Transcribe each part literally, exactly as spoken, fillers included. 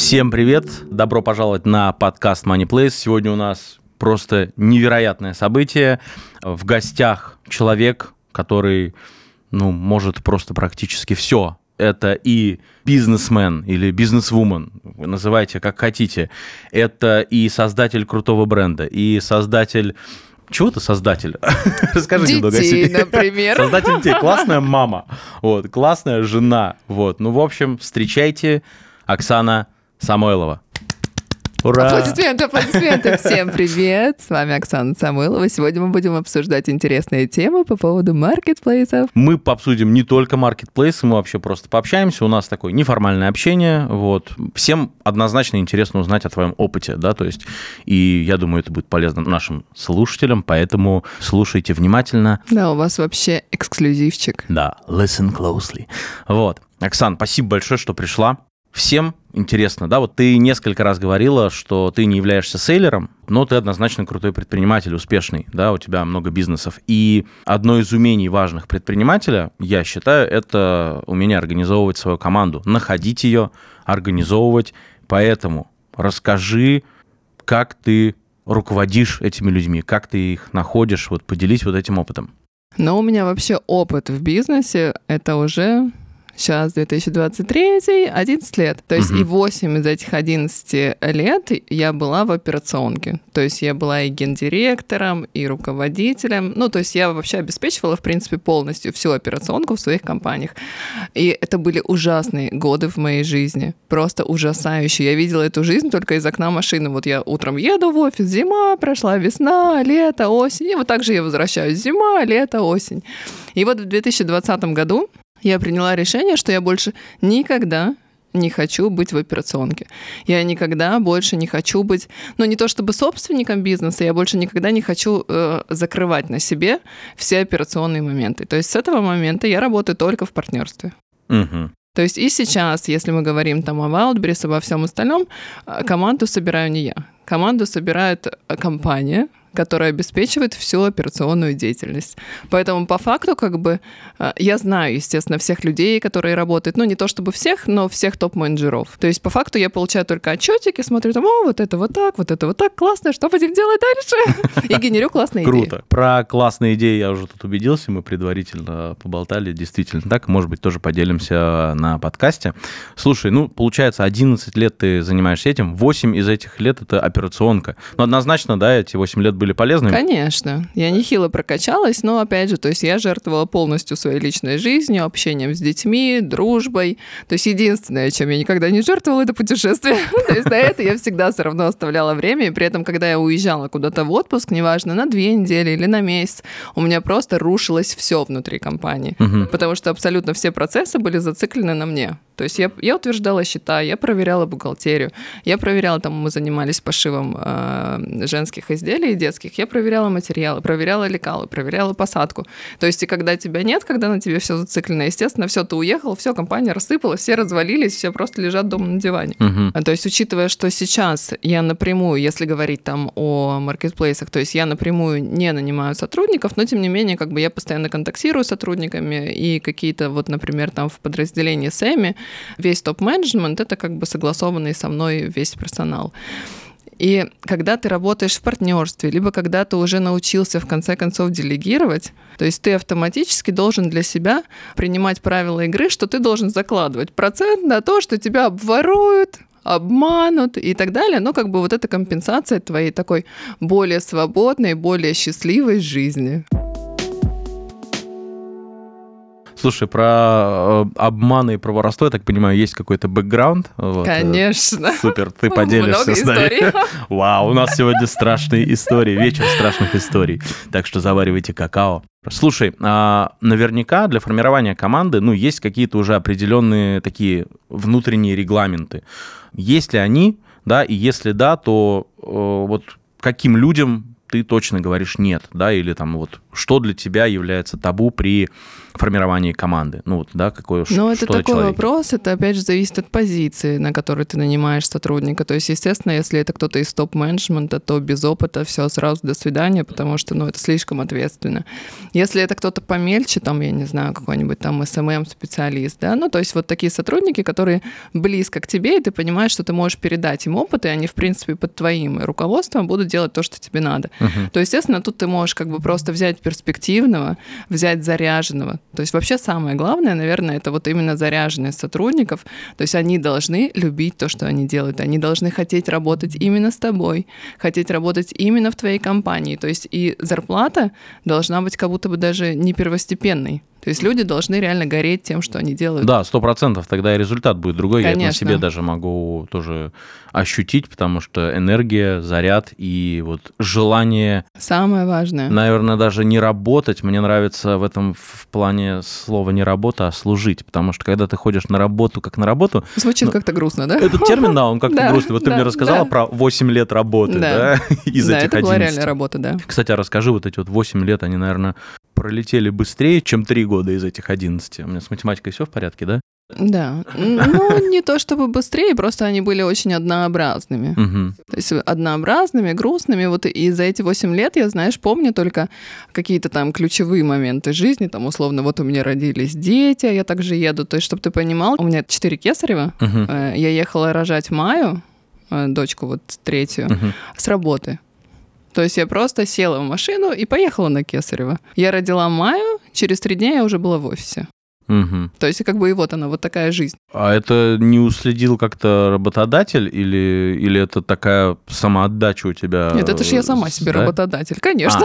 Всем привет! Добро пожаловать на подкаст Money Place. Сегодня у нас просто невероятное событие. В гостях человек, который, ну, может просто практически все. Это и бизнесмен или бизнесвумен, вы называйте как хотите. Это и создатель крутого бренда, и создатель... Чего ты создатель? Расскажи детей, немного о себе. Детей, например. Создатель детей. Классная мама. Вот, классная жена. Вот. Ну, в общем, встречайте Оксана Самойлова. Ура! Аплодисменты, аплодисменты. Всем привет. С вами Оксана Самойлова. Сегодня мы будем обсуждать интересные темы по поводу маркетплейсов. Мы обсудим не только маркетплейсы, мы вообще просто пообщаемся. У нас такое неформальное общение. Вот. Всем однозначно интересно узнать о твоем опыте, да, то есть, и я думаю, это будет полезно нашим слушателям, поэтому слушайте внимательно. Да, у вас вообще эксклюзивчик. Да, listen closely. Вот. Оксан, спасибо большое, что пришла. Всем интересно, да, вот ты несколько раз говорила, что ты не являешься сейлером, но ты однозначно крутой предприниматель, успешный, да, у тебя много бизнесов. И одно из умений важных предпринимателя, я считаю, это умение организовывать свою команду, находить ее, организовывать. Поэтому расскажи, как ты руководишь этими людьми, как ты их находишь, вот поделись вот этим опытом. Но у меня вообще опыт в бизнесе, это уже... Сейчас две тысячи двадцать третий, одиннадцать лет. То есть uh-huh. и восемь из этих одиннадцати лет я была в операционке. То есть я была и гендиректором, и руководителем. Ну, то есть я вообще обеспечивала, в принципе, полностью всю операционку в своих компаниях. И это были ужасные годы в моей жизни. Просто ужасающие. Я видела эту жизнь только из окна машины. Вот я утром еду в офис, зима, прошла весна, лето, осень. И вот так же я возвращаюсь. Зима, лето, осень. И вот в две тысячи двадцатом году я приняла решение, что я больше никогда не хочу быть в операционке. Я никогда больше не хочу быть, ну, не то чтобы собственником бизнеса, я больше никогда не хочу э, закрывать на себе все операционные моменты. То есть с этого момента я работаю только в партнерстве. Угу. То есть и сейчас, если мы говорим там о Wildberries, обо всем остальном, команду собираю не я. Команду собирает компания, которая обеспечивает всю операционную деятельность. Поэтому по факту как бы я знаю, естественно, всех людей, которые работают, ну не то чтобы всех, но всех топ-менеджеров. То есть по факту я получаю только отчетики, смотрю там, о, вот это вот так, вот это вот так, классно, что будем делать дальше? И генерю классные идеи. Круто. Про классные идеи я уже тут убедился, мы предварительно поболтали, действительно так, может быть, тоже поделимся на подкасте. Слушай, ну, получается, одиннадцать лет ты занимаешься этим, восемь из этих лет это операционка. Ну, однозначно, да, эти восемь лет были полезными? Конечно. Я нехило прокачалась, но, опять же, то есть я жертвовала полностью своей личной жизнью, общением с детьми, дружбой. То есть единственное, чем я никогда не жертвовала, это путешествие. То есть на это я всегда все равно оставляла время, и при этом, когда я уезжала куда-то в отпуск, неважно, на две недели или на месяц, у меня просто рушилось все внутри компании, угу. потому что абсолютно все процессы были зациклены на мне. То есть я, я утверждала счета, я проверяла бухгалтерию, я проверяла, там мы занимались пошивом э, женских изделий и детских, я проверяла материалы, проверяла лекалы, проверяла посадку. То есть и когда тебя нет, когда на тебе все зациклено, естественно, все, ты уехал, все, компания рассыпалась, все развалились, все просто лежат дома на диване. Uh-huh. То есть учитывая, что сейчас я напрямую, если говорить там о маркетплейсах, то есть я напрямую не нанимаю сотрудников, но тем не менее как бы я постоянно контактирую с сотрудниками, и какие-то вот, например, там в подразделении Сэми весь топ-менеджмент — это как бы согласованный со мной весь персонал. И когда ты работаешь в партнерстве, либо когда ты уже научился в конце концов делегировать, то есть ты автоматически должен для себя принимать правила игры, что ты должен закладывать процент на то, что тебя обворуют, обманут и так далее. Но как бы вот это компенсация твоей такой более свободной, более счастливой жизни. Слушай, про обманы и про воровство, я так понимаю, есть какой-то бэкграунд? Вот. Конечно. Супер, ты поделишься Много с нами. историй. Вау, у нас сегодня страшные истории, вечер страшных историй. Так что заваривайте какао. Слушай, а наверняка для формирования команды, ну, есть какие-то уже определенные такие внутренние регламенты. Есть ли они, да, и если да, то э, вот каким людям ты точно говоришь нет, да, или там вот что для тебя является табу при формировании команды? Ну вот, да, какое что Ну, это что такой человек? вопрос, это опять же зависит от позиции, на которой ты нанимаешь сотрудника. То есть, естественно, если это кто-то из топ-менеджмента, то без опыта все сразу до свидания, потому что, ну, это слишком ответственно. Если это кто-то помельче, там, я не знаю, какой-нибудь там эс эм эм-специалист, да, ну, то есть вот такие сотрудники, которые близко к тебе, и ты понимаешь, что ты можешь передать им опыт, и они, в принципе, под твоим руководством будут делать то, что тебе надо. Uh-huh. То, естественно, тут ты можешь как бы просто взять перспективного, взять заряженного. То есть вообще самое главное, наверное, это вот именно заряженность сотрудников. То есть они должны любить то, что они делают. Они должны хотеть работать именно с тобой, хотеть работать именно в твоей компании. То есть и зарплата должна быть как будто бы даже не первостепенной. То есть люди должны реально гореть тем, что они делают. Да, сто процентов, тогда и результат будет другой. Конечно. Я это на себе даже могу тоже ощутить, потому что энергия, заряд и вот желание... Самое важное. Наверное, даже не работать. Мне нравится в этом в плане слова не работа, а служить. Потому что когда ты ходишь на работу как на работу... Звучит ну, как-то грустно, да? Этот термин, да, он как-то да, грустный. Вот да, ты мне рассказала да. про восемь лет работы, да, да? из да, этих это была одиннадцати. реальная работа, да. Кстати, а расскажи, вот эти вот восемь лет, они, наверное, пролетели быстрее, чем три года из этих одиннадцати. У меня с математикой все в порядке, да? Да. Ну, не то чтобы быстрее, просто они были очень однообразными. Угу. То есть однообразными, грустными. Вот и за эти восемь лет я, знаешь, помню только какие-то там ключевые моменты жизни. Там, условно, вот у меня родились дети, а я также еду. То есть, чтобы ты понимал, у меня четыре кесарева. Угу. Я ехала рожать Маю, дочку вот третью, угу. с работы. То есть я просто села в машину и поехала на Кесарево. Я родила Маю, через три дня я уже была в офисе. Угу. То есть как бы и вот она, вот такая жизнь. А это не уследил как-то работодатель или, или это такая самоотдача у тебя? Нет, это же я сама себе да? работодатель, конечно.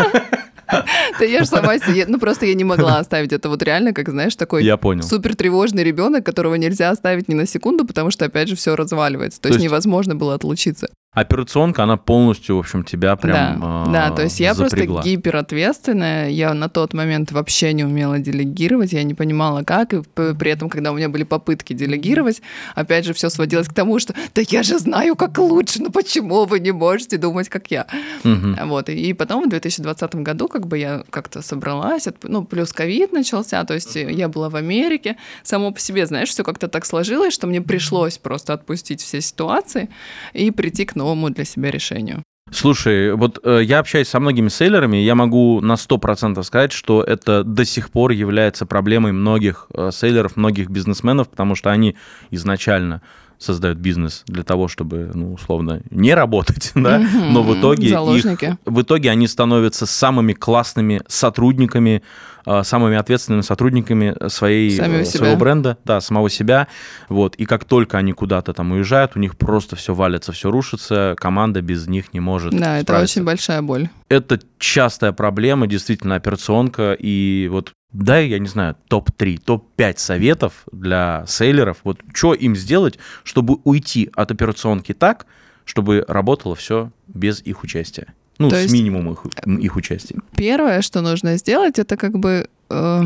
Да я же сама себе... Ну, просто я не могла оставить это вот реально, как, знаешь, такой супер тревожный ребенок, которого нельзя оставить ни на секунду, потому что, опять же, все разваливается. То, То есть невозможно было отлучиться. Операционка, она полностью, в общем, тебя прям Да, э, да, то есть я запрягла. Просто гиперответственная, я на тот момент вообще не умела делегировать, я не понимала, как, и при этом, когда у меня были попытки делегировать, опять же, все сводилось к тому, что «да я же знаю, как лучше, ну почему вы не можете думать, как я?» Угу. Вот, и потом в две тысячи двадцатом году как бы я как-то собралась, ну, плюс ковид начался, то есть я была в Америке, само по себе, знаешь, все как-то так сложилось, что мне пришлось просто отпустить все ситуации и прийти к новому для себя решению. Слушай, вот э, я общаюсь со многими сейлерами, я могу на сто процентов сказать, что это до сих пор является проблемой многих э, сейлеров, многих бизнесменов, потому что они изначально создают бизнес для того, чтобы, ну, условно, не работать, да, mm-hmm. но в итоге, их, в итоге они становятся самыми классными сотрудниками, самыми ответственными сотрудниками своей, своего бренда, да, самого себя, вот, и как только они куда-то там уезжают, у них просто все валится, все рушится, команда без них не может Да, справиться. Это очень большая боль. Это частая проблема, действительно, операционка, и вот дай, я не знаю, топ три, топ пять советов для сейлеров, вот что им сделать, чтобы уйти от операционки так, чтобы работало все без их участия. Ну, То с минимумом их, их участия. Первое, что нужно сделать, это как бы э,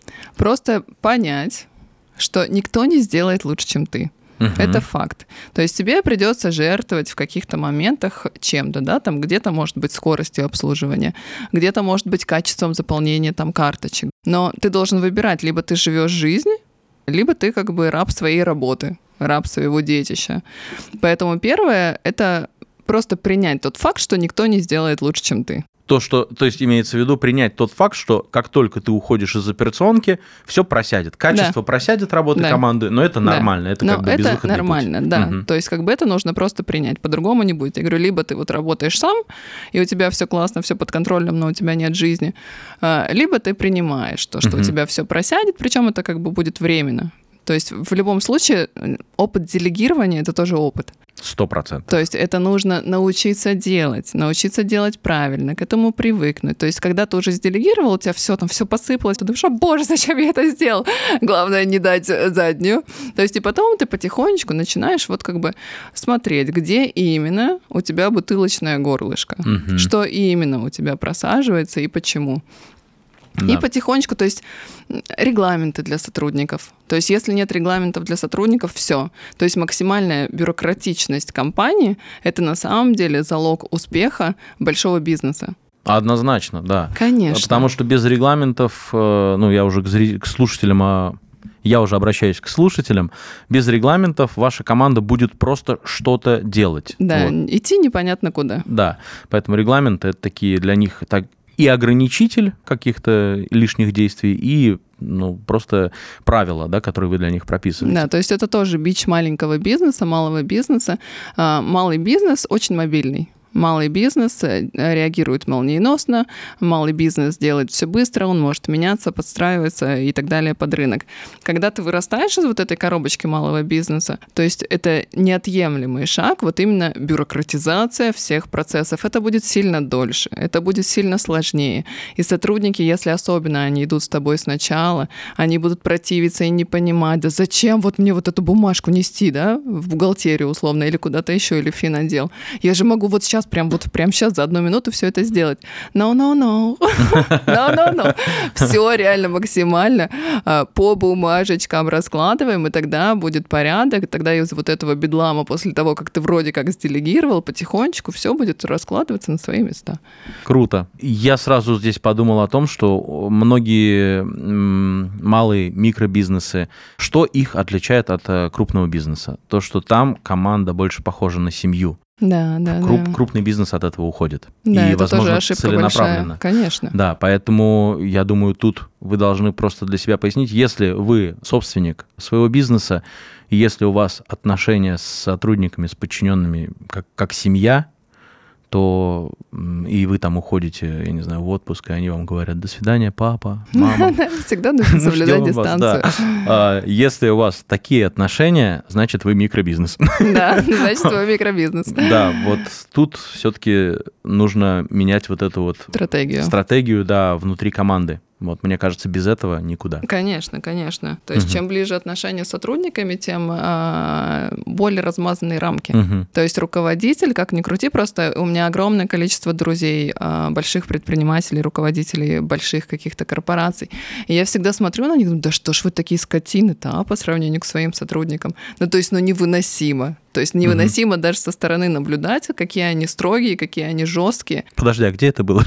просто понять, что никто не сделает лучше, чем ты. Uh-huh. Это факт. То есть тебе придется жертвовать в каких-то моментах чем-то, да, там где-то может быть скоростью обслуживания, где-то может быть качеством заполнения там карточек. Но ты должен выбирать, либо ты живешь жизнь, либо ты как бы раб своей работы, раб своего детища. Поэтому первое — это просто принять тот факт, что никто не сделает лучше, чем ты. То, что, то есть имеется в виду принять тот факт, что как только ты уходишь из операционки, все просядет. Качество да. просядет работы да. команды, но это нормально, да. это но как бы это безвыходный нормально, путь. да. Угу. То есть как бы это нужно просто принять, по-другому не будет. Я говорю, либо ты вот работаешь сам, и у тебя все классно, все под контролем, но у тебя нет жизни, либо ты принимаешь то, что угу. у тебя все просядет, причем это как бы будет временно. То есть в любом случае опыт делегирования — это тоже опыт. Сто процентов. То есть это нужно научиться делать, научиться делать правильно, к этому привыкнуть. То есть когда ты уже сделегировал, у тебя все там, все посыпалось, ты думаешь, о боже, зачем я это сделал? Главное не дать заднюю. То есть и потом ты потихонечку начинаешь вот как бы смотреть, где именно у тебя бутылочное горлышко, угу. что именно у тебя просаживается и почему. Да. И потихонечку, то есть регламенты для сотрудников. То есть если нет регламентов для сотрудников, все. То есть максимальная бюрократичность компании – это на самом деле залог успеха большого бизнеса. Однозначно, да. Конечно. Потому что без регламентов, ну, я уже к, зри... к слушателям, а я уже обращаюсь к слушателям, без регламентов ваша команда будет просто что-то делать. Да, вот. Идти непонятно куда. Да, поэтому регламенты – это такие для них так, и ограничитель каких-то лишних действий, и ну, просто правила, да, которые вы для них прописываете. Да, то есть это тоже бич маленького бизнеса, малого бизнеса. Малый бизнес очень мобильный. Малый бизнес реагирует молниеносно, малый бизнес делает все быстро, он может меняться, подстраиваться и так далее под рынок. Когда ты вырастаешь из вот этой коробочки малого бизнеса, то есть это неотъемлемый шаг, вот именно бюрократизация всех процессов, это будет сильно дольше, это будет сильно сложнее. И сотрудники, если особенно они идут с тобой сначала, они будут противиться и не понимать, да зачем вот мне вот эту бумажку нести, да, в бухгалтерию условно, или куда-то еще, или в финотдел. Я же могу вот сейчас прям вот прям сейчас за одну минуту все это сделать. No, no, no. No, no, no. Все реально максимально по бумажечкам раскладываем, и тогда будет порядок, и тогда из вот этого бедлама после того, как ты вроде как сделегировал, потихонечку все будет раскладываться на свои места. Круто. Я сразу здесь подумал о том, что многие малые микробизнесы, что их отличает от крупного бизнеса? То, что там команда больше похожа на семью. Да, да, Круп, да. Крупный бизнес от этого уходит. Да, и, это возможно, тоже ошибка целенаправленно. Большая. Конечно. Да, поэтому я думаю, тут вы должны просто для себя пояснить, если вы собственник своего бизнеса, и если у вас отношения с сотрудниками, с подчиненными как, как семья, то и вы там уходите, я не знаю, в отпуск, и они вам говорят: до свидания, папа, мама. Всегда нужно соблюдать дистанцию. Если у вас такие отношения, значит, вы микробизнес. Да, значит, вы микробизнес. Да, вот тут все-таки нужно менять вот эту вот стратегию, стратегию, да, внутри команды. Вот, мне кажется, без этого никуда. Конечно, конечно. То есть, угу. чем ближе отношения с сотрудниками, тем э, более размазанные рамки. Угу. То есть, руководитель, как ни крути, просто у меня огромное количество друзей, э, больших предпринимателей, руководителей больших каких-то корпораций. И я всегда смотрю на них, думаю, да что ж вы такие скотины-то, а, по сравнению к своим сотрудникам. Ну, то есть, ну, невыносимо. То есть невыносимо угу. даже со стороны наблюдать, какие они строгие, какие они жесткие. Подожди, а где это было?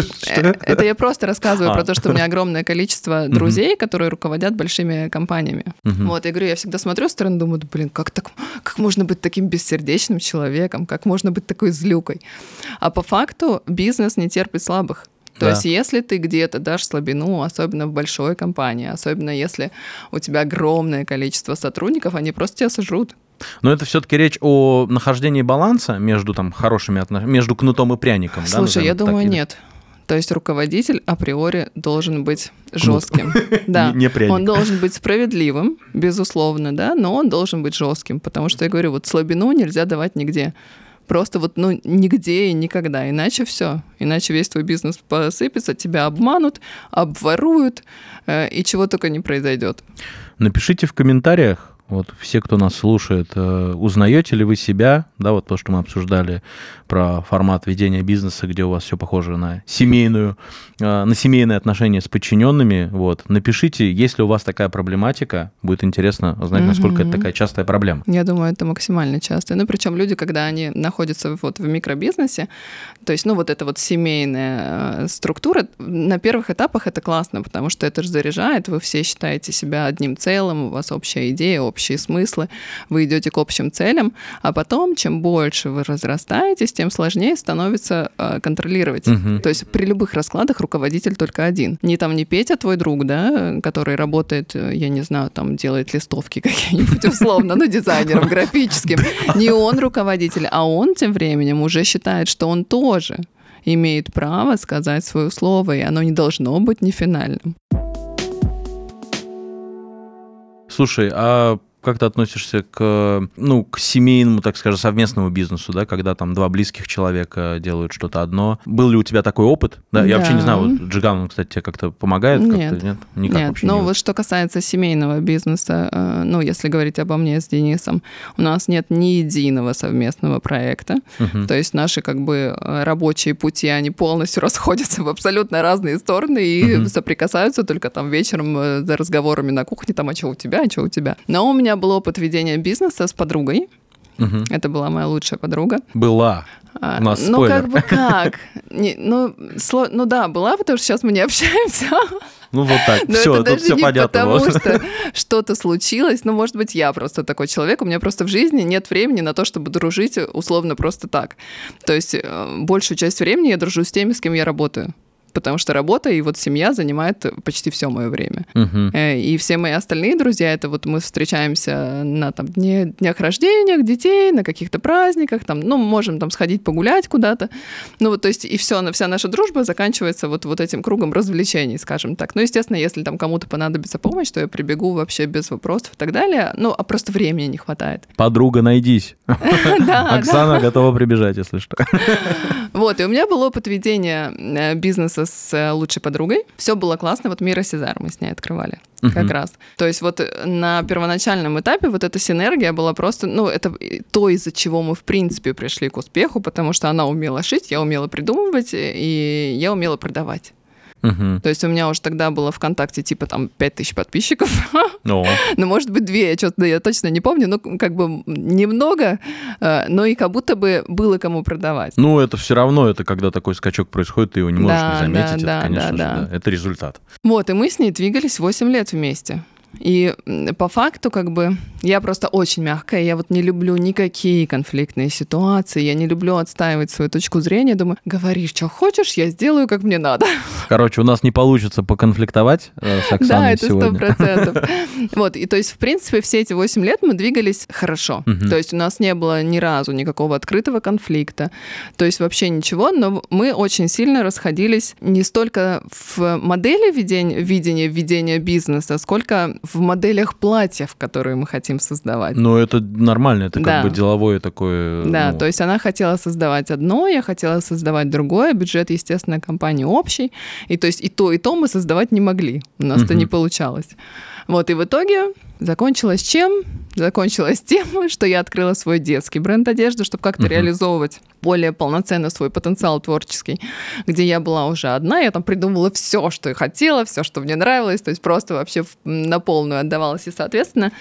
Это я просто рассказываю про то, что у меня огромное количество друзей, которые руководят большими компаниями. Вот, я говорю, я всегда смотрю со стороны, думаю, блин, как так, как можно быть таким бессердечным человеком, как можно быть такой злюкой. А по факту бизнес не терпит слабых. То да. есть если ты где-то дашь слабину, особенно в большой компании, особенно если у тебя огромное количество сотрудников, они просто тебя сожрут. Но это все-таки речь о нахождении баланса между там хорошими отношениями, между кнутом и пряником. Слушай, да, я думаю, так, нет. То есть руководитель априори должен быть жестким. Да, не пряник. Он должен быть справедливым, безусловно, да, но он должен быть жестким, потому что я говорю, вот слабину нельзя давать нигде. Просто вот, ну, нигде и никогда. Иначе все. Иначе весь твой бизнес посыпется, тебя обманут, обворуют, э, и чего только не произойдет. Напишите в комментариях, вот все, кто нас слушает, узнаете ли вы себя, да, вот то, что мы обсуждали про формат ведения бизнеса, где у вас все похоже на семейную, на семейные отношения с подчиненными, вот, напишите, есть ли у вас такая проблематика, будет интересно узнать, насколько mm-hmm. это такая частая проблема. Я думаю, это максимально часто. Ну, причем люди, когда они находятся вот в микробизнесе, то есть, ну, вот эта вот семейная структура, на первых этапах это классно, потому что это же заряжает, вы все считаете себя одним целым, у вас общая идея, общая общие смыслы, вы идете к общим целям, а потом, чем больше вы разрастаетесь, тем сложнее становится э, контролировать. Uh-huh. То есть при любых раскладах руководитель только один. Не там не Петя, твой друг, да, который работает, я не знаю, там делает листовки какие-нибудь условно, ну, дизайнером графическим. Не он руководитель, а он тем временем уже считает, что он тоже имеет право сказать свое слово, и оно не должно быть не финальным. Слушай, а как ты относишься к, ну, к семейному, так скажем, совместному бизнесу, да, когда там два близких человека делают что-то одно? Был ли у тебя такой опыт? Да, да. Я вообще не знаю, вот Джиган, кстати, тебе как-то помогает? Нет. Как-то, нет? Никак нет. вообще Но не вот что касается семейного бизнеса, ну, если говорить обо мне с Денисом, у нас нет ни единого совместного проекта. Uh-huh. То есть наши как бы рабочие пути, они полностью расходятся в абсолютно разные стороны и uh-huh. соприкасаются только там вечером за разговорами на кухне, там, а что у тебя, а что у тебя. Но у меня был опыт ведения бизнеса с подругой. Uh-huh. Это была моя лучшая подруга. Была. А, у нас ну, спойлер. как бы как? Не, ну, сло... ну, да, была, потому что сейчас мы не общаемся. Ну, вот так. Но все, это тут даже все не понятно. потому, что что-то случилось. Ну, может быть, я просто такой человек. У меня просто в жизни нет времени на то, чтобы дружить условно просто так. То есть большую часть времени я дружу с теми, с кем я работаю. Потому что работа и вот семья занимает почти все мое время. Uh-huh. И все мои остальные друзья, это вот мы встречаемся на там, дне, днях рождения детей, на каких-то праздниках, там, ну, можем там сходить погулять куда-то. Ну, вот, то есть и все, вся наша дружба заканчивается вот, вот этим кругом развлечений, скажем так. Ну, естественно, если там кому-то понадобится помощь, то я прибегу вообще без вопросов и так далее. Ну, а просто времени не хватает. Подруга, найдись. Оксана готова прибежать, если что. Вот, и у меня был опыт ведения бизнеса с лучшей подругой. Все было классно. Вот Мира Сезар мы с ней открывали uh-huh. как раз. То есть вот на первоначальном этапе вот эта синергия была просто... Ну, это то, из-за чего мы, в принципе, пришли к успеху, потому что она умела шить, я умела придумывать, и я умела продавать. Uh-huh. То есть у меня уже тогда было ВКонтакте типа там пять тысяч подписчиков. Oh. Ну, может быть, две, я что-то я точно не помню, но как бы немного, но и как будто бы было кому продавать. Ну, это все равно, это когда такой скачок происходит, ты его не можешь да, не заметить, да, это, да, конечно да, же, да. Да, это результат. Вот, и мы с ней двигались восемь лет вместе. И по факту, как бы, я просто очень мягкая, я вот не люблю никакие конфликтные ситуации, я не люблю отстаивать свою точку зрения, думаю, говори, что хочешь, я сделаю, как мне надо. Короче, у нас не получится поконфликтовать э, с Оксаной да, это сегодня. сто процентов. Вот, и то есть, в принципе, все эти восемь лет мы двигались хорошо. Uh-huh. То есть у нас не было ни разу никакого открытого конфликта, то есть вообще ничего, но мы очень сильно расходились не столько в модели ведения, видения, ведения бизнеса, сколько в моделях платьев, которые мы хотим создавать. Ну, это нормально, это да. как бы деловое такое... Да, ну... то есть она хотела создавать одно, я хотела создавать другое, бюджет, естественно, компании общий, и то есть и то, и то мы создавать не могли, у нас это uh-huh. не получалось. Вот, и в итоге закончилось чем? Закончилось тем, что я открыла свой детский бренд одежды, чтобы как-то uh-huh. реализовывать более полноценно свой потенциал творческий, где я была уже одна, я там придумывала все, что я хотела, все, что мне нравилось, то есть просто вообще на полную отдавалась. И, соответственно,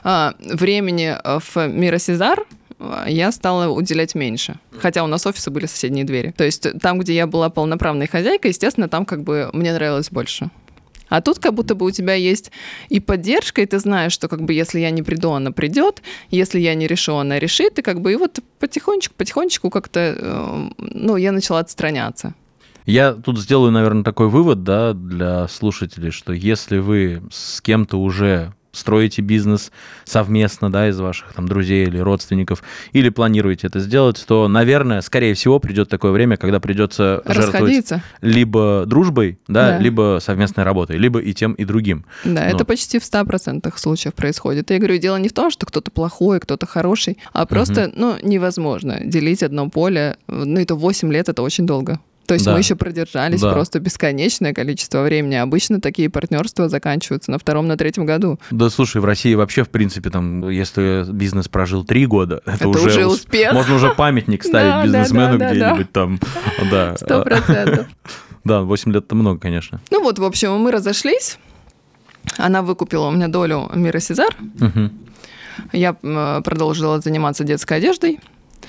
времени в Мира Сезар я стала уделять меньше. Хотя у нас офисы были соседние двери. То есть там, где я была полноправной хозяйкой, естественно, там как бы мне нравилось больше. А тут как будто бы у тебя есть и поддержка, и ты знаешь, что как бы если я не приду, она придет, если я не решу, она решит, и как бы и вот потихонечку, потихонечку как-то, ну, я начала отстраняться. Я тут сделаю, наверное, такой вывод, да, для слушателей, что если вы с кем-то уже строите бизнес совместно, да, из ваших там друзей или родственников, или планируете это сделать, то, наверное, скорее всего, придет такое время, когда придется жертвовать либо дружбой, да, да, либо совместной работой, либо и тем, и другим. Да, Но... это почти в ста процентах случаев происходит. Я говорю, дело не в том, что кто-то плохой, кто-то хороший, а просто, угу. ну, невозможно делить одно поле. Ну, это восемь лет, это очень долго. То есть да. мы еще продержались да. просто бесконечное количество времени. Обычно такие партнерства заканчиваются на втором, на третьем году. Да, слушай, в России вообще, в принципе, там, если бизнес прожил три года, это, это уже, уже успех. Можно уже памятник ставить да, бизнесмену да, да, где-нибудь да. там. Да. Сто процентов. Да, восемь лет это много, конечно. Ну вот, в общем, мы разошлись. Она выкупила у меня долю Мира Сезар. Угу. Я продолжила заниматься детской одеждой.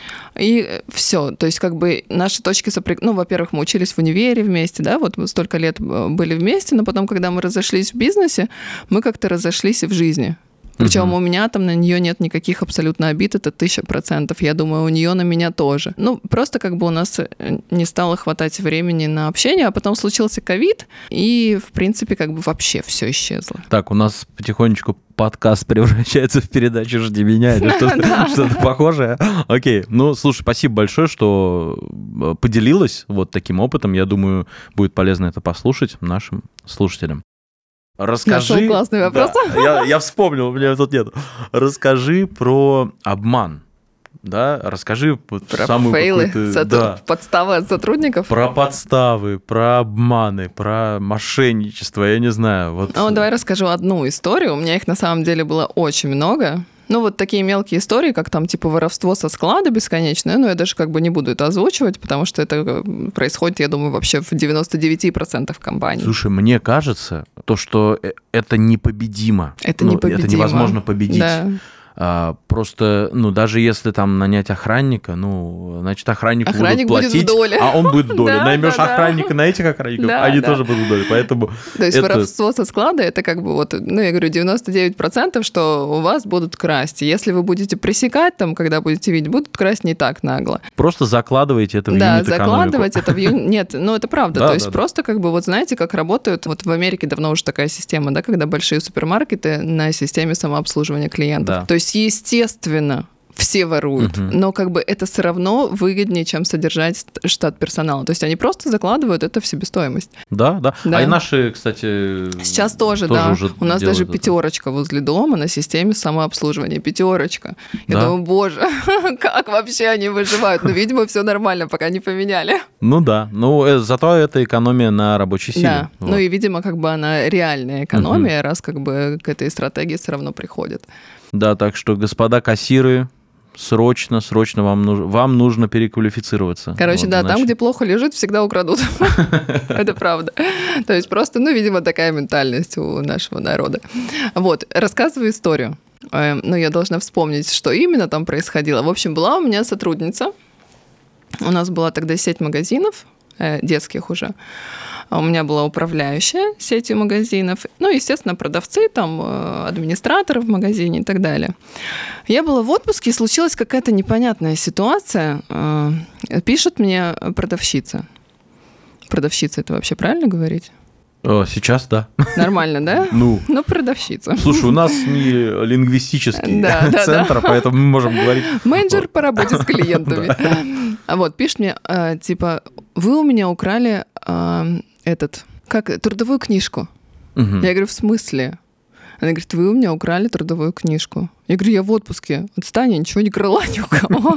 И все, то есть как бы наши точки соприкосновения, ну, во-первых, мы учились в универе вместе, да, вот мы столько лет были вместе, но потом, когда мы разошлись в бизнесе, мы как-то разошлись и в жизни. Причем uh-huh. у меня там на нее нет никаких абсолютно обид, это тысяча процентов. Я думаю, у нее на меня тоже. Ну, просто как бы у нас не стало хватать времени на общение, а потом случился ковид, и, в принципе, как бы вообще все исчезло. Так, у нас потихонечку подкаст превращается в передачу «Жди меня» или что-то, что-то похожее. Окей, ну, слушай, спасибо большое, что поделилась вот таким опытом. Я думаю, будет полезно это послушать нашим слушателям. Расскажи... Нашел классный вопрос. Да, я, я вспомнил, у меня тут нет. Расскажи про обман. Да, расскажи про самую фейлы, какую-то... сотруд... да. подставы от сотрудников. Про подставы, про обманы, про мошенничество, я не знаю. Вот... Ну, давай расскажу одну историю. У меня их на самом деле было очень много. Ну, вот такие мелкие истории, как там, типа, воровство со склада бесконечное, но я даже как бы не буду это озвучивать, потому что это происходит, я думаю, вообще в девяносто девять процентов компаний. Слушай, мне кажется, то, что это непобедимо. Это ну, непобедимо. Это невозможно победить. Да. А, просто, ну, даже если там нанять охранника, ну, значит, охраннику Охранник будут платить, будет в доле. а он будет в доле. Да, Наймешь да, да. охранника на этих охранников, Да, они да. тоже будут в доле. Поэтому То есть это... воровство со склада, это как бы вот, ну, я говорю, девяносто девять процентов, что у вас будут красть. Если вы будете пресекать, там, когда будете видеть, будут красть не так нагло. Просто закладываете это в Да, юнит-экономику. закладывать это в юнит... Нет, ну, это правда. Да, То есть да, да. просто как бы, вот знаете, как работают... Вот в Америке давно уже такая система, да, когда большие супермаркеты на системе самообслуживания клиентов. Да. То есть, естественно, все воруют, Мгм. но как бы это все равно выгоднее, чем содержать штат персонала. То есть они просто закладывают это в себестоимость. Да, да, Да. А и наши, кстати... Сейчас тоже, да. уже У нас делают даже это. пятерочка возле дома на системе самообслуживания. Пятерочка. Я Да. думаю, боже, как вообще они выживают? Ну, видимо, все нормально, пока не поменяли. Ну да, ну э, зато это экономия на рабочей силе. Да. Вот. Ну и, видимо, как бы она реальная экономия, раз как бы к этой стратегии все равно приходит. Да, так что, господа кассиры, срочно, срочно вам нужно, вам нужно переквалифицироваться. Короче, Вот, да, там, иначе- где плохо лежит, всегда украдут. Это правда. То есть просто, ну, видимо, такая ментальность у нашего народа. Вот, рассказываю историю. Э, Ну, я должна вспомнить, что именно там происходило. В общем, была у меня сотрудница. У нас была тогда сеть магазинов, э, детских уже. А у меня была управляющая сетью магазинов. Ну, естественно, продавцы, там, э, администраторы в магазине и так далее. Я была в отпуске, и случилась какая-то непонятная ситуация. Э, Пишет мне продавщица. Продавщица, это вообще правильно говорить? О, сейчас, да. Нормально, да? Ну, Ну, продавщица. слушай, у нас не лингвистический Да, да, центр, поэтому мы можем говорить... Менеджер по работе с клиентами. А вот, пишет мне, э, типа, вы у меня украли э, этот, как, трудовую книжку. Мгм. Я говорю, в смысле? Она говорит, вы у меня украли трудовую книжку. Я говорю, я в отпуске. Отстань, я ничего не крала ни у кого.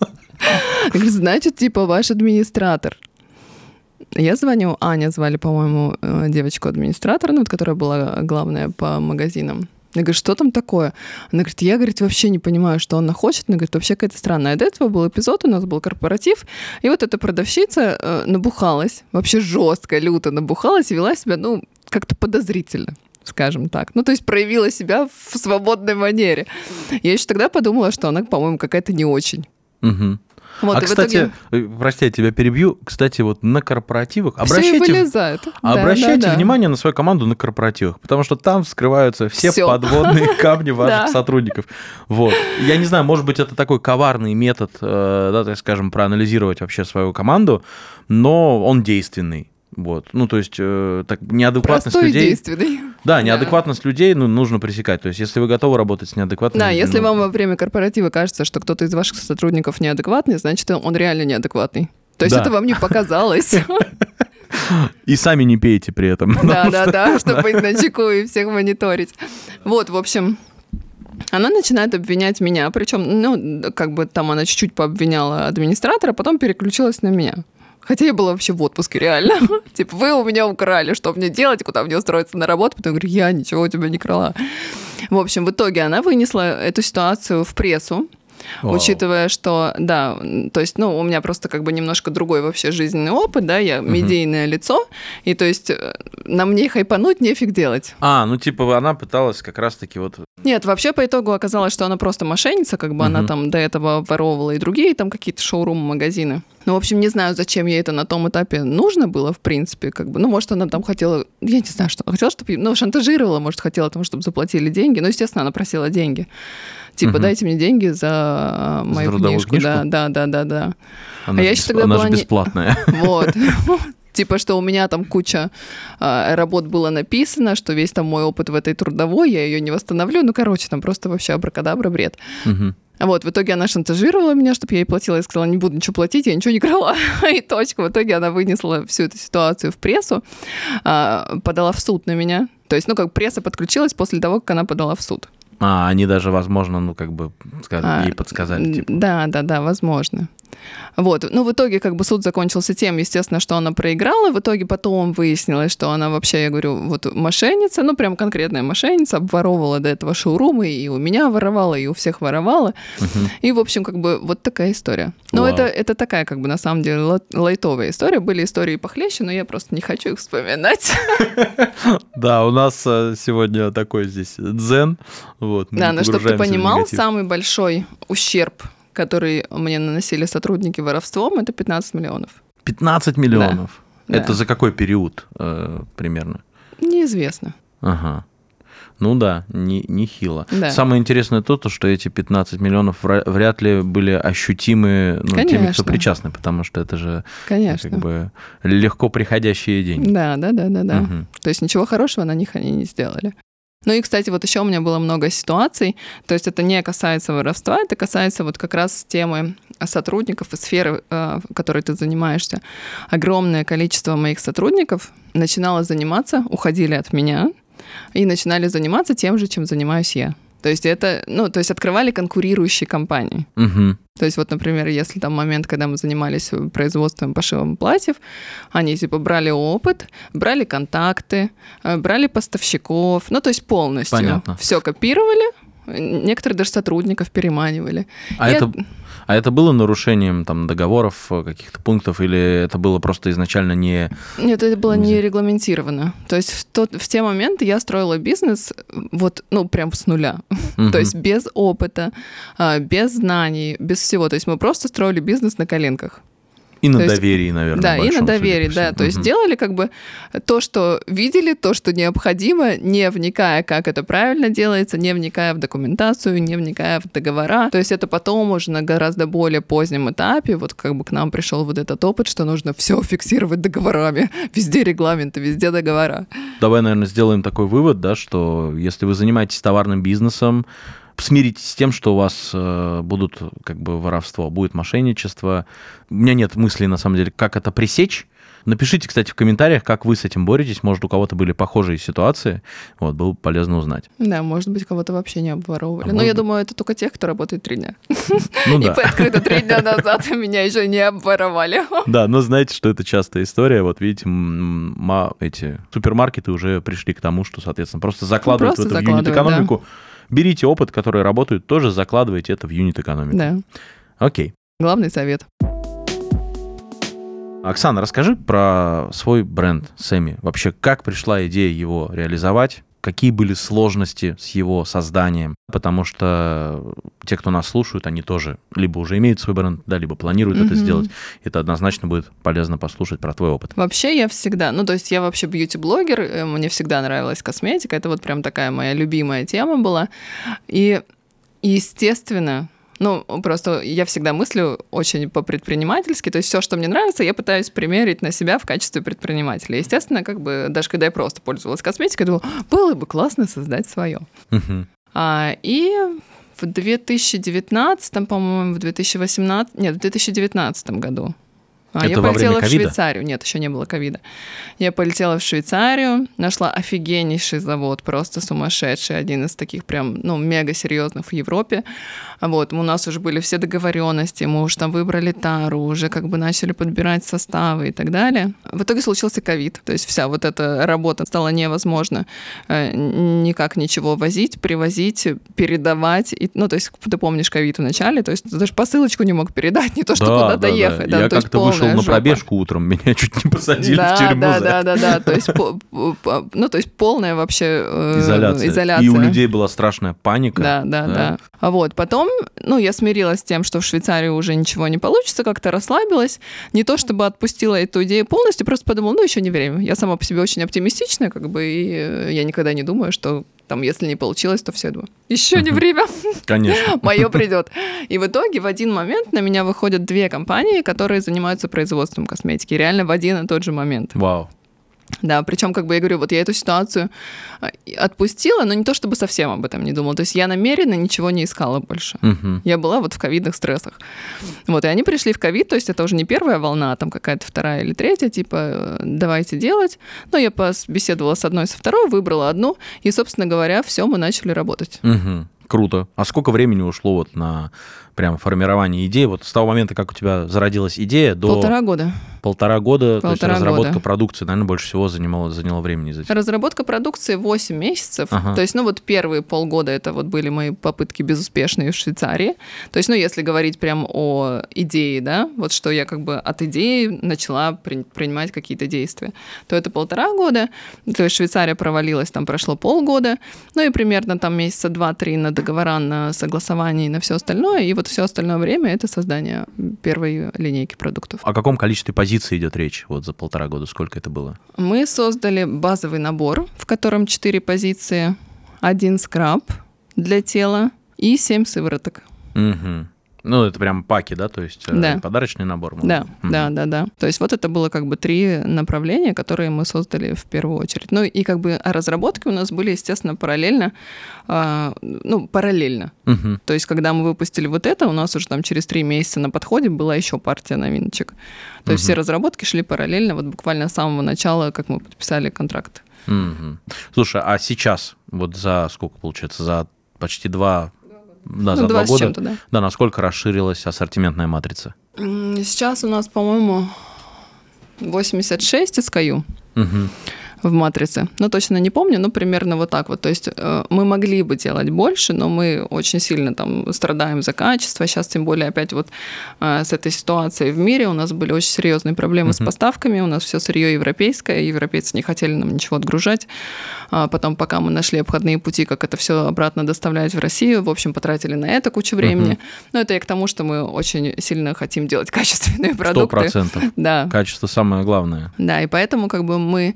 Я говорю, значит, типа, ваш администратор. Я звоню, Аня звали, по-моему, э, девочку-администратора, ну, вот, которая была главная по магазинам. Я говорю, что там такое? Она говорит, я, говорит, вообще не понимаю, что она хочет. Она говорит, вообще какая-то странная. До этого был эпизод, у нас был корпоратив, и вот эта продавщица э, набухалась, вообще жестко, люто набухалась и вела себя, ну, как-то подозрительно, скажем так. Ну, то есть проявила себя в свободной манере. Я еще тогда подумала, что она, по-моему, какая-то не очень. Мгм. Вот, а, и в кстати, итоге э, прости, я тебя перебью. Кстати, вот на корпоративах всё и обращайте, вылезает. Да, обращайте да, да. внимание на свою команду на корпоративах, потому что там вскрываются все Всё. подводные камни ваших Да. сотрудников. Вот. Я не знаю, может быть, это такой коварный метод, э, да, так скажем, проанализировать вообще свою команду, но он действенный. Вот. Ну, то есть, э, так, неадекватность Простой и людей... действенный. Да, Да. неадекватность людей ну, нужно пресекать. То есть, если вы готовы работать с неадекватными Да, людьми, если ну, вам во время корпоратива кажется, что кто-то из ваших сотрудников неадекватный, значит, он реально неадекватный. То есть Да. это вам не показалось. И сами не пейте при этом. Да, да, да, чтобы быть начеку и всех мониторить. Вот, в общем, она начинает обвинять меня. Причем, ну, как бы там она чуть-чуть пообвиняла администратора, потом переключилась на меня. Хотя я была вообще в отпуске, реально. Типа, вы у меня украли, что мне делать, куда мне устроиться на работу? Потом я говорю, я ничего у тебя не крала. В общем, в итоге она вынесла эту ситуацию в прессу, Вау. учитывая, что, да, то есть, ну, у меня просто как бы немножко другой вообще жизненный опыт, да, я медийное лицо, и то есть э, на мне хайпануть нефиг делать. А, ну типа она пыталась как раз-таки вот... Нет, вообще по итогу оказалось, что она просто мошенница, как бы она Мгм. там до этого воровала и другие там какие-то шоурумы, магазины. Ну, в общем, не знаю, зачем ей это на том этапе нужно было, в принципе, как бы, ну, может, она там хотела, я не знаю, что, хотела, чтобы, ну, шантажировала, может, хотела там, чтобы заплатили деньги, ну, естественно, она просила деньги. Типа, Мгм. дайте мне деньги за мою трудовую книжку. книжку? Да, да, да, да, да. Она, А я же, ещё бесп- тогда она была же не- бесплатная. Вот. Типа, что у меня там куча а, работ было написано, что весь там мой опыт в этой трудовой, я ее не восстановлю. Ну, короче, там просто вообще абракадабра, бред. Мгм. Вот, в итоге она шантажировала меня, чтобы я ей платила. Я сказала, не буду ничего платить, я ничего не крала. И точка. В итоге она вынесла всю эту ситуацию в прессу, а, подала в суд на меня. То есть, ну, как пресса подключилась после того, как она подала в суд. А, они даже, возможно, ну, как бы, скажем, А, ей подсказали. Типа. Да, да, да, возможно. Вот. Ну, в итоге, как бы, суд закончился тем, естественно, что она проиграла. В итоге потом выяснилось, что она вообще, я говорю, вот мошенница, ну, прям конкретная мошенница, обворовывала до этого шоурумы, и у меня воровала, и у всех воровала. Uh-huh. И, в общем, как бы, вот такая история. Ну, это, это такая, как бы, на самом деле, лайтовая история. Были истории похлеще, но я просто не хочу их вспоминать. Да, у нас сегодня такой здесь дзен. Да, но чтобы ты понимал, самый большой ущерб, который мне наносили сотрудники воровством, это пятнадцать миллионов. пятнадцать миллионов? Да. Это да. за какой период э, примерно? Неизвестно. Ага. Ну да, не, не хило. Да. Самое интересное то, что эти пятнадцать миллионов вряд ли были ощутимы, ну, теми, кто причастны, потому что это же Конечно. Как бы легко приходящие деньги. Да, да, да, да, да. Угу. То есть ничего хорошего на них они не сделали. Ну и, кстати, вот еще у меня было много ситуаций, то есть это не касается воровства, это касается вот как раз темы сотрудников и сферы, которой ты занимаешься. Огромное количество моих сотрудников начинало заниматься, уходили от меня и начинали заниматься тем же, чем занимаюсь я. То есть это, ну, то есть открывали конкурирующие компании. Угу. То есть вот, например, если там момент, когда мы занимались производством пошивом платьев, они типа брали опыт, брали контакты, брали поставщиков, ну, то есть полностью. Понятно. Все копировали, некоторые даже сотрудников переманивали. А И это... от... А это было нарушением там договоров, каких-то пунктов, или это было просто изначально не... Нет, это было не регламентировано. То есть в, тот, в те моменты я строила бизнес вот, ну, прям с нуля. Uh-huh. То есть без опыта, без знаний, без всего. То есть мы просто строили бизнес на коленках. И на то доверии, есть, наверное. Да, большом, и на доверии, да. То есть делали как бы то, что видели, то, что необходимо, не вникая, как это правильно делается, не вникая в документацию, не вникая в договора. То есть это потом уже на гораздо более позднем этапе вот как бы к нам пришел вот этот опыт, что нужно все фиксировать договорами. Везде регламенты, везде договора. Давай, наверное, сделаем такой вывод, да, что если вы занимаетесь товарным бизнесом, смиритесь с тем, что у вас э, будут как бы воровство, будет мошенничество. У меня нет мыслей, на самом деле, как это пресечь. Напишите, кстати, в комментариях, как вы с этим боретесь. Может, у кого-то были похожие ситуации. Вот, было бы полезно узнать. Да, может быть, кого-то вообще не обворовывали. А Но я быть... думаю, это только тех, кто работает три дня. Ну, и да. открыто три дня назад меня еще не обворовали. Да, но знаете, что это частая история. Вот видите, м- эти супермаркеты уже пришли к тому, что, соответственно, просто закладывают просто в эту юнит-экономику. Да. Берите опыт, который работает, тоже закладывайте это в юнит-экономику. Да. Окей. Главный совет. Оксана, расскажи про свой бренд Сэмми. Вообще, как пришла идея его реализовать? Какие были сложности с его созданием? Потому что те, кто нас слушают, они тоже либо уже имеют свой бренд, да, либо планируют mm-hmm. это сделать. Это однозначно будет полезно послушать про твой опыт. Вообще я всегда, ну то есть я вообще бьюти-блогер, мне всегда нравилась косметика, это вот прям такая моя любимая тема была. И, естественно... Ну, просто я всегда мыслю очень по-предпринимательски, то есть все, что мне нравится, я пытаюсь примерить на себя в качестве предпринимателя. Естественно, как бы, даже когда я просто пользовалась косметикой, я думала, было бы классно создать свое. Uh-huh. А, и в две тысячи девятнадцатом, по-моему, в две тысячи восемнадцатом, нет, в две тысячи девятнадцатом году Это я во полетела время в ковида? Швейцарию. Нет, еще не было ковида. Я полетела в Швейцарию, нашла офигеннейший завод, просто сумасшедший, один из таких прям, ну, мега серьезных в Европе. Вот, у нас уже были все договоренности, мы уже там выбрали тару, уже как бы начали подбирать составы и так далее. В итоге случился ковид, то есть вся вот эта работа стала невозможно никак ничего возить, привозить, передавать. И, ну, то есть ты помнишь ковид в начале, то есть ты даже посылочку не мог передать, не то, что да, куда-то да, ехать. Да. Да, Я то как-то вышел на пробежку утром, меня чуть не посадили да, в тюрьму. Да, за да, это. да, да, то есть, ну, то есть полная вообще э, изоляция. изоляция. И у людей была страшная паника. Да, да, да, да. А вот потом, ну, я смирилась с тем, что в Швейцарии уже ничего не получится, как-то расслабилась. Не то чтобы отпустила эту идею полностью, просто подумала, ну, еще не время. Я сама по себе очень оптимистичная, как бы, и я никогда не думаю, что там, если не получилось, то все, думаю, еще не время. Конечно. Мое придет. И в итоге в один момент на меня выходят две компании, которые занимаются производством косметики. Реально в один и тот же момент. Вау. Да, причем, как бы я говорю, вот я эту ситуацию отпустила, но не то чтобы совсем об этом не думала. То есть я намеренно ничего не искала больше. Угу. Я была вот в ковидных стрессах. Вот, и они пришли в ковид, то есть это уже не первая волна, а там какая-то вторая или третья, типа, давайте делать. Но я беседовала с одной, со второй, выбрала одну, и, собственно говоря, все, мы начали работать. Угу. Круто. А сколько времени ушло вот на прям формирование идеи? Вот с того момента, как у тебя зародилась идея, до... Полтора года. Полтора года, Полтора то есть разработка года. продукции, наверное, больше всего занимало, заняло времени. За Разработка продукции восемь месяцев. Ага. То есть, ну вот первые полгода это вот были мои попытки безуспешные в Швейцарии. То есть, ну если говорить прям о идее, да, вот что я как бы от идеи начала при, принимать какие-то действия, то это полтора года. То есть Швейцария провалилась, там прошло полгода. Ну и примерно там месяца два-три на договора, на согласование и на все остальное. И вот все остальное время это создание первой линейки продуктов. О каком количестве позиций идет речь вот за полтора года? Сколько это было? Мы создали базовый набор, в котором четыре позиции, один скраб для тела и семь сывороток. Угу. Ну, это прям паки, да? То есть да. подарочный набор? Можно? Да, угу. да, да, да. То есть вот это было как бы три направления, которые мы создали в первую очередь. Ну и как бы разработки у нас были, естественно, параллельно, э, ну, параллельно. Угу. То есть когда мы выпустили вот это, у нас уже там через три месяца на подходе была еще партия новиночек. То есть угу. все разработки шли параллельно, вот буквально с самого начала, как мы подписали контракт. Угу. Слушай, а сейчас, вот за сколько получается, за почти два... Да, ну, за два года. Да. да, насколько расширилась ассортиментная матрица? Сейчас у нас, по-моему, восемьдесят шесть эс кей ю угу. в матрице. Ну, точно не помню, но примерно вот так вот. То есть э, мы могли бы делать больше, но мы очень сильно там страдаем за качество. Сейчас, тем более, опять вот э, с этой ситуацией в мире у нас были очень серьезные проблемы uh-huh. с поставками. У нас все сырье европейское, европейцы не хотели нам ничего отгружать. А потом, пока мы нашли обходные пути, как это все обратно доставлять в Россию, в общем, потратили на это кучу времени. Uh-huh. Но это и к тому, что мы очень сильно хотим делать качественные продукты. Сто процентов. Да. Качество самое главное. Да, и поэтому как бы мы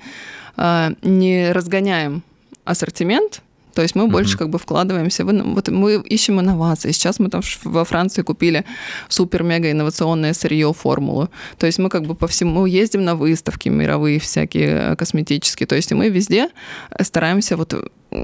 не разгоняем ассортимент, то есть мы uh-huh. больше как бы вкладываемся. В, вот мы ищем инновации. Сейчас мы там во Франции купили супер-мега-инновационное сырье, формулу. То есть мы как бы по всему ездим на выставки мировые всякие косметические. То есть и мы везде стараемся вот,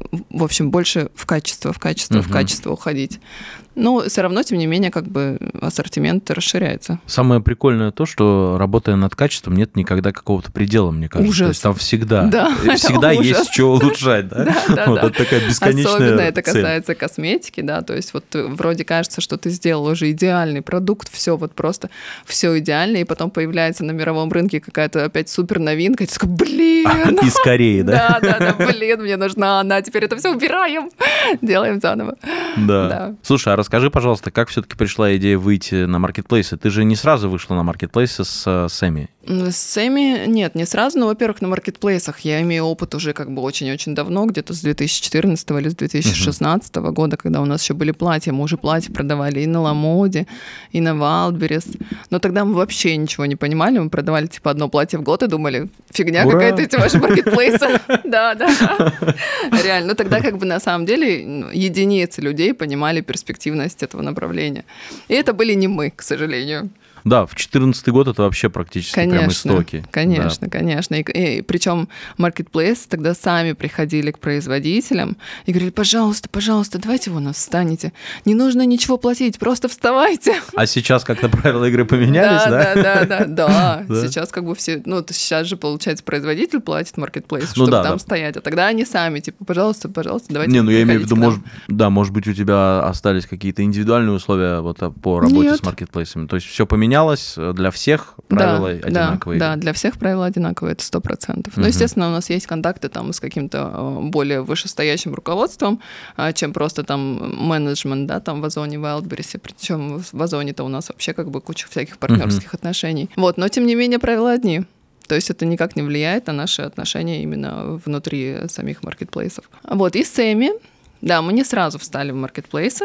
в общем, больше в качество, в качество, uh-huh. в качество уходить. Но все равно, тем не менее, как бы ассортимент расширяется. Самое прикольное то, что, работая над качеством, нет никогда какого-то предела, мне кажется. Ужас. То есть там всегда, да, всегда есть что улучшать. Да? Да, да, вот да. Это такая бесконечная Особенно это цель. касается косметики, да, то есть вот вроде кажется, что ты сделал уже идеальный продукт, все вот просто все идеально, и потом появляется на мировом рынке какая-то опять супер новинка, и ты такой, блин. И скорее, да? Да, да, да, блин, мне нужна она, теперь это все убираем, делаем заново. Да. да. Слушай, а расскажи, пожалуйста, как все-таки пришла идея выйти на маркетплейсы? Ты же не сразу вышла на маркетплейсы с Сэмми. С Сэмми нет, не сразу, но, во-первых, на маркетплейсах я имею опыт уже как бы очень-очень давно, где-то с две тысячи четырнадцатого или с две тысячи шестнадцатого uh-huh. года, когда у нас еще были платья, мы уже платья продавали и на Ламоде, и на Wildberries, но тогда мы вообще ничего не понимали, мы продавали типа одно платье в год и думали, фигня Ура! Какая-то эти ваши маркетплейсы. Да, да, реально. Ну тогда как бы на самом деле единицы людей понимали перспективность этого направления. И это были не мы, к сожалению. Да, в четырнадцатый год это вообще практически конечно, прям истоки. Конечно, да. конечно. И, и, причем маркетплейсы тогда сами приходили к производителям и говорили, пожалуйста, пожалуйста, давайте вы у нас встанете. Не нужно ничего платить, просто вставайте. А сейчас как-то правила игры поменялись, да? Да, да, да, да. да. Сейчас как бы все... Ну, сейчас же, получается, производитель платит маркетплейсу, чтобы ну, да, там да. стоять. А тогда они сами, типа, пожалуйста, пожалуйста, давайте Не, ну я имею в виду, может, да, может быть, у тебя остались какие-то индивидуальные условия вот, по работе Нет. с маркетплейсами. То есть все поменялось для всех, правила да, одинаковые. Да, да, для всех правила одинаковые, это сто процентов. Uh-huh. Ну, естественно, у нас есть контакты там с каким-то более вышестоящим руководством, чем просто там менеджмент, да, там в Озоне, в Wildberries, причем в Озоне-то у нас вообще как бы куча всяких партнерских uh-huh. отношений. Вот, но тем не менее правила одни. То есть это никак не влияет на наши отношения именно внутри самих маркетплейсов. Вот, и Сэмми, да, мы не сразу встали в маркетплейсы.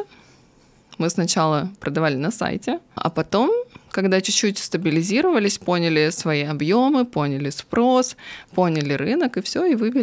Мы сначала продавали на сайте, а потом, когда чуть-чуть стабилизировались, поняли свои объемы, поняли спрос, поняли рынок, и все, и вывели.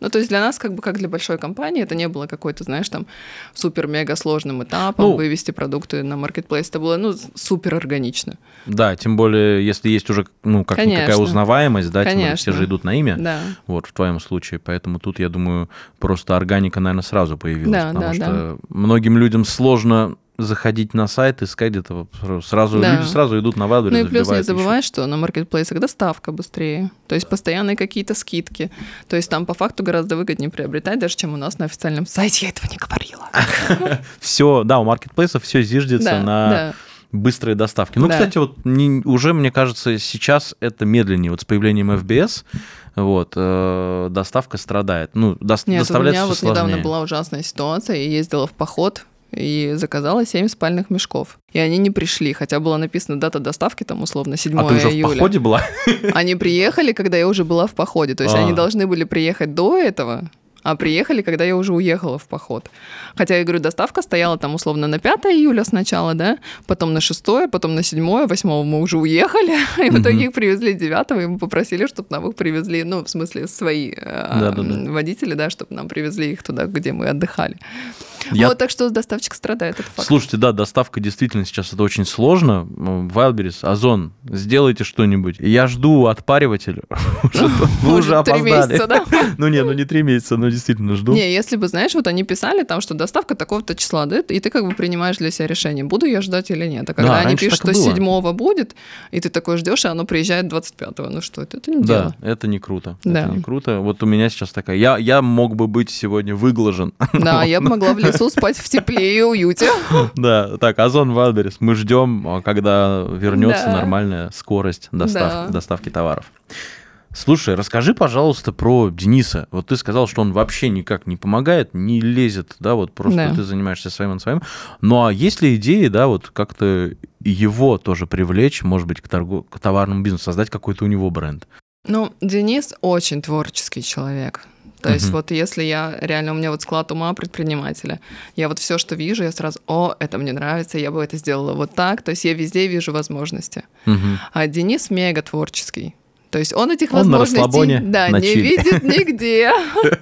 Ну, то есть для нас, как бы, как для большой компании, это не было какой-то, знаешь, там, супер-мега сложным этапом Ну, вывести продукты на маркетплейс. Это было, ну, супер органично. Да, тем более, если есть уже, ну, как-никакая Конечно. узнаваемость, да, тем более все Конечно. же идут на имя, Да. вот, в твоем случае. Поэтому тут, я думаю, просто органика, наверное, сразу появилась. Да, потому да, что многим людям сложно заходить на сайт, искать где-то сразу. Да. Люди сразу идут на Wildberries, Ну и плюс не забивают, забывай, ищут. что на маркетплейсах доставка быстрее. То есть постоянные какие-то скидки. То есть там по факту гораздо выгоднее приобретать, даже чем у нас на официальном сайте. Я этого не говорила. Все, да, у маркетплейсов все зиждется Да, на да. быстрые доставки. Ну, Да. кстати, вот не- уже, мне кажется, сейчас это медленнее. Вот с появлением эф би эс вот, э, доставка страдает. Ну, дос- Нет, у доставляется меня всё вот недавно сложнее. была ужасная ситуация. Я ездила в поход и заказала семь спальных мешков. И они не пришли, хотя была написана дата доставки, там, условно, седьмое А ты уже июля. в походе была? Они приехали, когда я уже была в походе. То есть А. они должны были приехать до этого, а приехали, когда я уже уехала в поход. Хотя, я говорю, доставка стояла там условно на пятое июля сначала, да, потом на шестое, потом на седьмое, восьмого мы уже уехали, и в итоге их привезли девятого, и мы попросили, чтобы нам их привезли, ну, в смысле, свои э, Да-да-да. водители, да, чтобы нам привезли их туда, где мы отдыхали. Я- Вот, так что доставщик страдает, это факт. Слушайте, да, доставка действительно сейчас это очень сложно. Wildberries, Озон, сделайте что-нибудь. Я жду отпариватель. Уже- Вы уже Может, три опоздали. месяца, да? Ну не, ну не три месяца, но действительно жду. Не, если бы, знаешь, вот они писали там, что доставка такого-то числа, да, и ты как бы принимаешь для себя решение, буду я ждать или нет. А когда Да, они раньше пишут, так и что было. седьмого будет, и ты такой ждешь, и оно приезжает двадцать пятого. Ну что это? Это не Да, дело. это не круто. Да. Это не круто. Вот у меня сейчас такая. Я, я мог бы быть сегодня выглажен. Да, я бы могла в лесу спать в тепле и уюте. Да, так, Озон Wildberries. Мы ждем, а, когда вернется Да. нормальная скорость достав- Да. доставки товаров. Слушай, расскажи, пожалуйста, про Дениса. Вот ты сказал, что он вообще никак не помогает, не лезет, да, вот просто Да. ты занимаешься своим, он своим. Ну, а есть ли идеи, да, вот как-то его тоже привлечь, может быть, к, торгу- к товарному бизнесу, создать какой-то у него бренд? Ну, Денис очень творческий человек. То есть Мгм. вот если я реально, у меня вот склад ума предпринимателя, я вот все, что вижу, я сразу, о, это мне нравится, я бы это сделала вот так. То есть я везде вижу возможности. Мгм. А Денис мега творческий. То есть он этих Он на возможностей расслабоне, да, на не чиле. видит нигде.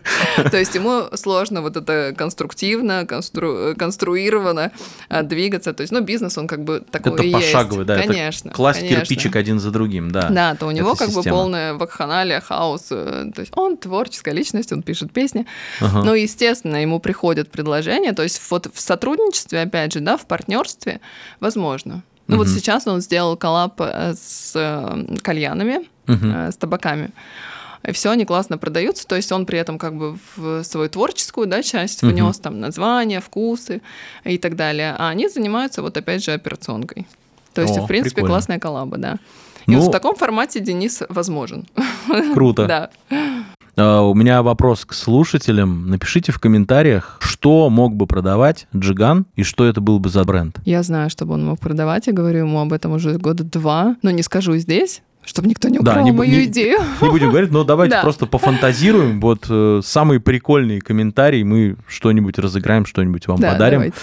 То есть ему сложно вот это конструктивно, констру- конструированно а, двигаться. То есть, ну, бизнес, он как бы такой Это и есть. пошаговый, да, это Конечно. класть конечно. кирпичик один за другим, да. Да, то у него Это как бы система. полная вакханалия, хаос. э, То есть он творческая личность, он пишет песни. Ага. Ну, естественно, ему приходят предложения. То есть вот в сотрудничестве, опять же, да, в партнерстве возможно. Ну, вот Мгм. сейчас он сделал коллаб э, с э, кальянами, Мгм. э, с табаками. И все, они классно продаются. То есть он при этом как бы в свою творческую, да, часть Мгм. внес там названия, вкусы и так далее. А они занимаются вот опять же операционкой. То есть, О, в принципе, прикольно. классная коллаба, да. И Ну, вот в таком формате Денис возможен. круто. Да. А, У меня вопрос к слушателям. Напишите в комментариях, что мог бы продавать Джиган и что это был бы за бренд. Я знаю, чтобы он мог продавать. Я говорю ему об этом уже года два. Но не скажу здесь, чтобы никто не Да, украл не бу- мою не- идею. Не будем говорить, но давайте Да. просто пофантазируем. Вот э, самые прикольные комментарии, мы что-нибудь разыграем, что-нибудь вам Да, подарим. давайте.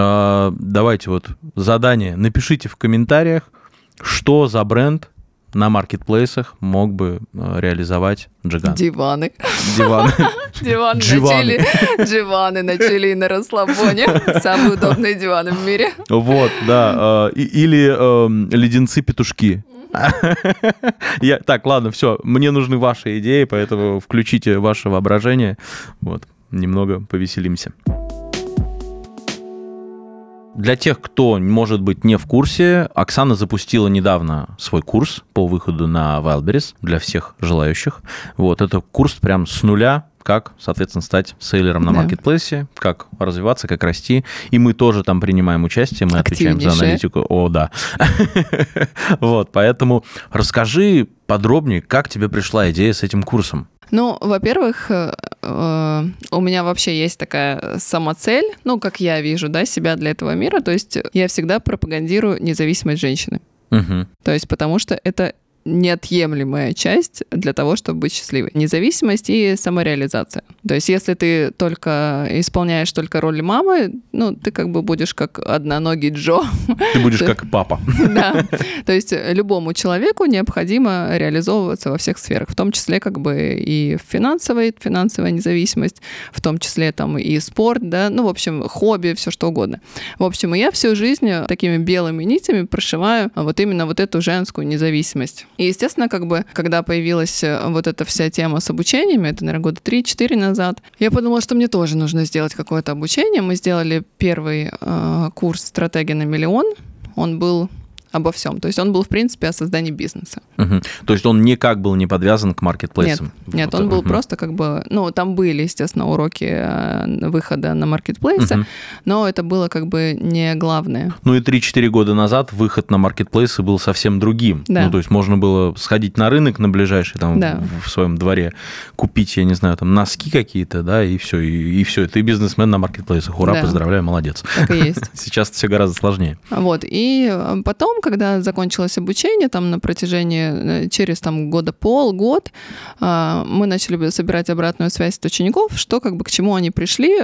А, Давайте вот задание. Напишите в комментариях, что за бренд на маркетплейсах мог бы э, реализовать Джиган. Диваны. Диван. Диваны на Дживаны. чили. Диваны на чили и на расслабоне. Самые удобные диваны в мире. Вот, да. э, и- Или эм, леденцы-петушки. Я, так, ладно, все. Мне нужны ваши идеи, поэтому включите ваше воображение. Вот, немного повеселимся. Для тех, кто, может быть, не в курсе, Оксана запустила недавно свой курс по выходу на Wildberries для всех желающих. Вот, это курс прям с нуля, как, соответственно, стать сейлером на Да. маркетплейсе, как развиваться, как расти. И мы тоже там принимаем участие, мы отвечаем за Активнейшее. аналитику. О, да. Вот, поэтому расскажи подробнее, как тебе пришла идея с этим курсом. Ну, во-первых, э, э, у меня вообще есть такая самоцель, ну, как я вижу, да, себя для этого мира. То есть я всегда пропагандирую независимость женщины. Мгм. То есть потому что это неотъемлемая часть для того, чтобы быть счастливой. Независимость и самореализация. То есть если ты только исполняешь только роль мамы, ну, ты как бы будешь как одноногий Джо. Ты будешь как папа. Да. То есть любому человеку необходимо реализовываться во всех сферах, в том числе как бы и финансовая, финансовая независимость, в том числе там и спорт, да, ну, в общем, хобби, все что угодно. В общем, и я всю жизнь такими белыми нитями прошиваю вот именно вот эту женскую независимость. И, естественно, как бы, когда появилась вот эта вся тема с обучениями, это, наверное, года три-четыре назад, я подумала, что мне тоже нужно сделать какое-то обучение. Мы сделали первый э, курс «Стратегия на миллион». Он был обо всем. То есть он был, в принципе, о создании бизнеса. Угу. То есть он никак был не подвязан к маркетплейсам? Нет, нет, он был угу. просто как бы... Ну, там были, естественно, уроки выхода на маркетплейсы, угу. но это было как бы не главное. Ну и три-четыре года назад выход на маркетплейсы был совсем другим. Да. Ну, то есть можно было сходить на рынок на ближайший, там, да. в, в своем дворе, купить, я не знаю, там, носки какие-то, да, и все, и, и все. Ты бизнесмен на маркетплейсах. Ура, да. Поздравляю, молодец. Так и есть. Сейчас все гораздо сложнее. Вот, и потом, когда закончилось обучение, там на протяжении, через там года пол-год, мы начали собирать обратную связь от учеников, что как бы к чему они пришли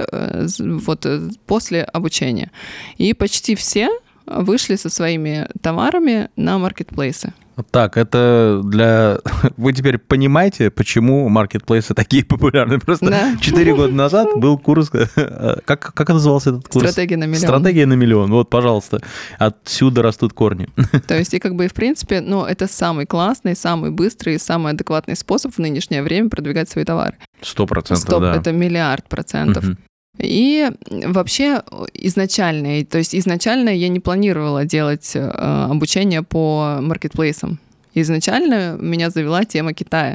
вот после обучения. И почти все вышли со своими товарами на маркетплейсы. Так, это для... Вы теперь понимаете, почему маркетплейсы такие популярны? Просто четыре да. года назад был курс... Как, как назывался этот курс? Стратегия на миллион. Стратегия на миллион. Вот, пожалуйста. Отсюда растут корни. То есть, и как бы, в принципе, ну, это самый классный, самый быстрый, самый адекватный способ в нынешнее время продвигать свои товары. Сто процентов, да. Это миллиард процентов. Угу. И вообще изначально, то есть изначально я не планировала делать э, обучение по маркетплейсам. Изначально меня завела тема Китая.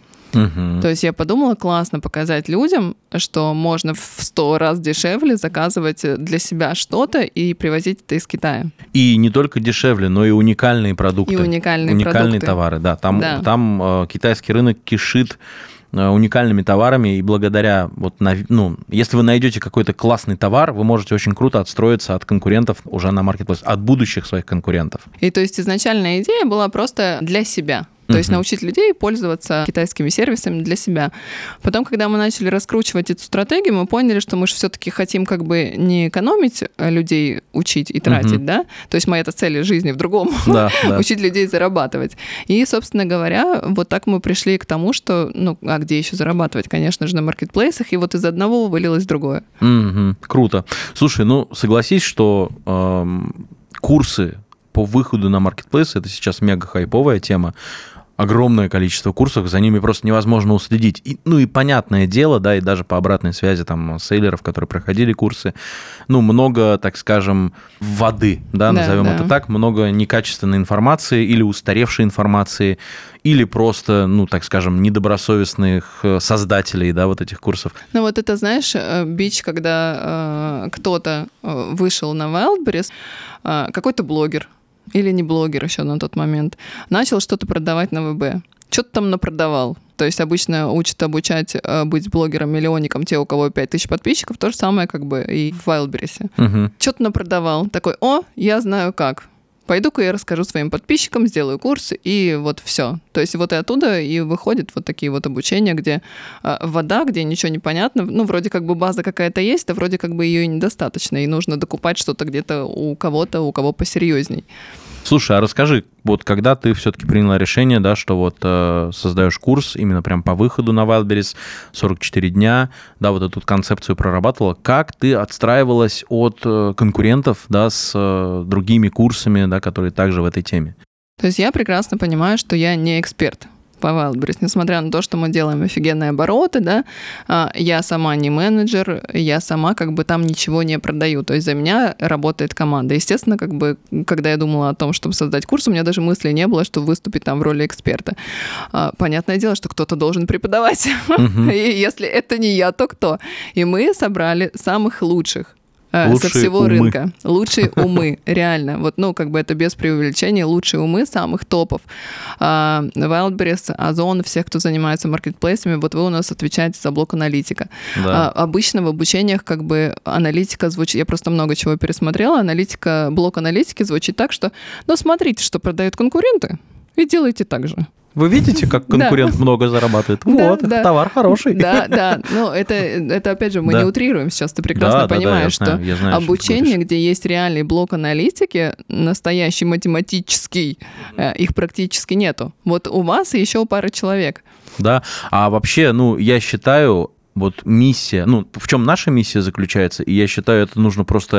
Угу. То есть я подумала, классно показать людям, что можно в сто раз дешевле заказывать для себя что-то и привозить это из Китая. И не только дешевле, но и уникальные продукты. И уникальные, уникальные продукты. товары, да. Там, да. там э, китайский рынок кишит уникальными товарами, и благодаря, вот, ну, если вы найдете какой-то классный товар, вы можете очень круто отстроиться от конкурентов уже на маркетплейс, от будущих своих конкурентов. И то есть изначальная идея была просто для себя. То есть научить людей пользоваться китайскими сервисами для себя. Потом, когда мы начали раскручивать эту стратегию, мы поняли, что мы же все-таки хотим как бы не экономить людей, учить и тратить, uh-huh. да? То есть моя-то цель жизни в другом. Да, да. Учить людей зарабатывать. И, собственно говоря, вот так мы пришли к тому, что, ну, а где еще зарабатывать? Конечно же, на маркетплейсах. И вот из одного вылилось другое. Uh-huh. Круто. Слушай, ну, согласись, что эм, курсы по выходу на маркетплейсы — это сейчас мега хайповая тема. Огромное количество курсов, за ними просто невозможно уследить. И, ну и понятное дело, да, и даже по обратной связи там сейлеров, которые проходили курсы, ну, много, так скажем, воды, да, да назовем да. это так, много некачественной информации или устаревшей информации, или просто, ну, так скажем, недобросовестных создателей, да, вот этих курсов. Ну, вот это, знаешь, бич, когда э, кто-то вышел на Wildberries, э, какой-то блогер, или не блогер еще на тот момент, начал что-то продавать на ВБ. Что-то там напродавал. То есть обычно учат обучать быть блогером-миллионником те, у кого пять тысяч подписчиков, то же самое как бы и в Wildberries. Угу. Что-то напродавал. Такой, о, я знаю как. Пойду-ка я расскажу своим подписчикам, сделаю курс, и вот все. То есть вот и оттуда и выходят вот такие вот обучения, где э, вода, где ничего не понятно. Ну, вроде как бы база какая-то есть, а вроде как бы ее и недостаточно, и нужно докупать что-то где-то у кого-то, у кого посерьезней. Слушай, а расскажи, вот когда ты все-таки приняла решение, да, что вот э, создаешь курс именно прям по выходу на Wildberries, сорок четыре дня, да, вот эту концепцию прорабатывала, как ты отстраивалась от э, конкурентов, да, с э, другими курсами, да, которые также в этой теме? То есть я прекрасно понимаю, что я не эксперт по Wildberries, несмотря на то, что мы делаем офигенные обороты, да, я сама не менеджер, я сама как бы там ничего не продаю, то есть за меня работает команда. Естественно, как бы, когда я думала о том, чтобы создать курс, у меня даже мысли не было, что выступить там в роли эксперта. Понятное дело, что кто-то должен преподавать, uh-huh. и если это не я, то кто? И мы собрали самых лучших Лучшие со всего умы. рынка. Лучшие умы, реально. Вот, ну, как бы это без преувеличения. Лучшие умы самых топов. Wildberries, Озон, всех, кто занимается маркетплейсами, вот вы у нас отвечаете за блок аналитика. Да. Обычно в обучениях как бы аналитика звучит... Я просто много чего пересмотрела. Аналитика, блок аналитики звучит так, что, ну, смотрите, что продают конкуренты, и делайте так же. Вы видите, как конкурент да. много зарабатывает? Да, вот, да. товар хороший. Да, да. Ну, это, это опять же, мы да. не утрируем сейчас. Ты прекрасно да, понимаешь, да, да, что знаю, знаю, обучение, где есть реальный блок аналитики, настоящий математический, э, их практически нету. Вот у вас и еще пара человек. Да, а вообще, ну, я считаю, вот миссия, ну, в чем наша миссия заключается, и я считаю, это нужно просто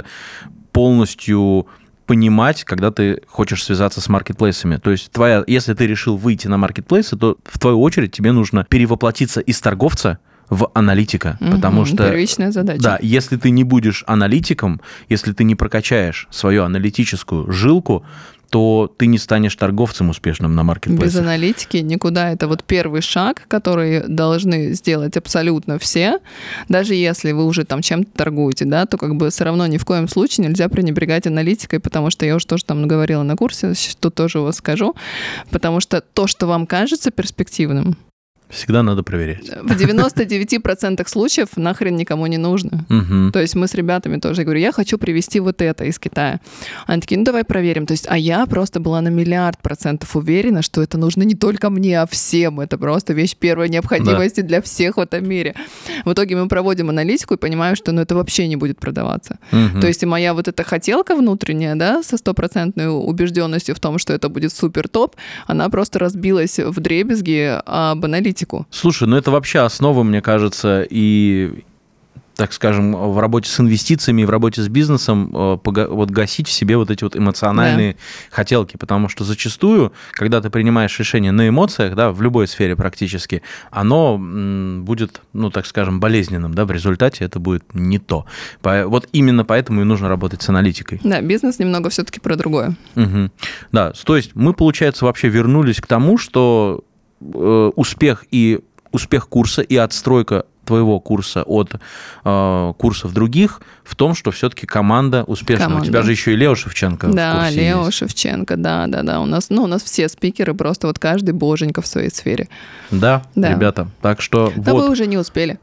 полностью понимать, когда ты хочешь связаться с маркетплейсами. То есть твоя, если ты решил выйти на маркетплейсы, то в твою очередь тебе нужно перевоплотиться из торговца в аналитика, угу, потому что... Первичная задача. Да, если ты не будешь аналитиком, если ты не прокачаешь свою аналитическую жилку, то ты не станешь торговцем успешным на маркетплейсах. Без аналитики никуда. Это вот первый шаг, который должны сделать абсолютно все. Даже если вы уже там чем-то торгуете, да, то как бы все равно ни в коем случае нельзя пренебрегать аналитикой, потому что я уже тоже там говорила на курсе, тут тоже вас скажу, потому что то, что вам кажется перспективным, всегда надо проверять. В девяноста девяти процентах случаев нахрен никому не нужно. Угу. То есть мы с ребятами тоже, я говорю, я хочу привезти вот это из Китая. Они такие, ну давай проверим. То есть, а я просто была на миллиард процентов уверена, что это нужно не только мне, а всем. Это просто вещь первой необходимости да. для всех в этом мире. В итоге мы проводим аналитику и понимаем, что ну, это вообще не будет продаваться. Угу. То есть и моя вот эта хотелка внутренняя, да, со стопроцентной убежденностью в том, что это будет супер топ, она просто разбилась вдребезги об аналитику. Слушай, ну это вообще основа, мне кажется, и, так скажем, в работе с инвестициями, в работе с бизнесом, вот гасить в себе вот эти вот эмоциональные да. хотелки, потому что зачастую, когда ты принимаешь решение на эмоциях, да, в любой сфере практически, оно будет, ну, так скажем, болезненным, да, в результате это будет не то. Вот именно поэтому и нужно работать с аналитикой. Да, бизнес немного все-таки про другое. Угу. Да, то есть мы, получается, вообще вернулись к тому, что успех и успех курса и отстройка твоего курса от э, курсов других в том, что все-таки команда успешная. Команда. У тебя же еще и Лео Шевченко да, в курсе Лео есть. Шевченко, да, да, да. У нас, ну, у нас все спикеры, просто вот каждый боженька в своей сфере. Да, да. ребята, так что... Да вот. вы уже не успели.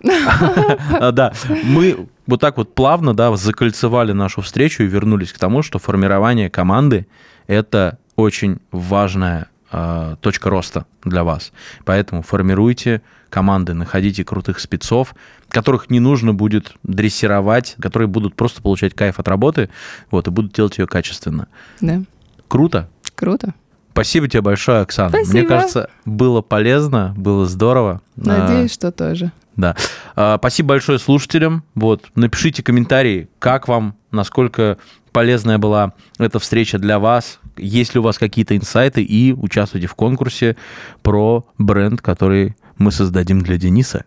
Да, мы вот так вот плавно, да, закольцевали нашу встречу и вернулись к тому, что формирование команды – это очень важная точка роста для вас. Поэтому формируйте команды, находите крутых спецов, которых не нужно будет дрессировать, которые будут просто получать кайф от работы, вот, и будут делать ее качественно. Да. Круто? Круто. Спасибо тебе большое, Оксана. Спасибо. Мне кажется, было полезно, было здорово. Надеюсь, а, что тоже. Да. А, спасибо большое слушателям. Вот, напишите комментарии, как вам, насколько полезная была эта встреча для вас, есть ли у вас какие-то инсайты, и участвуйте в конкурсе про бренд, который мы создадим для Дениса.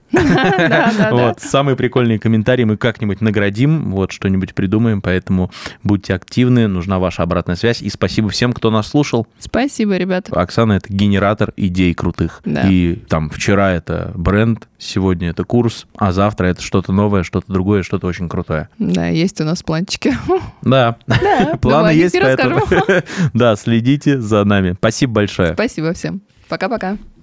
Вот, самые прикольные комментарии мы как-нибудь наградим, вот, что-нибудь придумаем, поэтому будьте активны, нужна ваша обратная связь, и спасибо всем, кто нас слушал. Спасибо, ребята. Оксана — это генератор идей крутых. И там вчера это бренд, сегодня это курс, а завтра это что-то новое, что-то другое, что-то очень крутое. Да, есть у нас планчики. Да, планы есть, поэтому да, следите за нами. Спасибо большое. Спасибо всем. Пока-пока.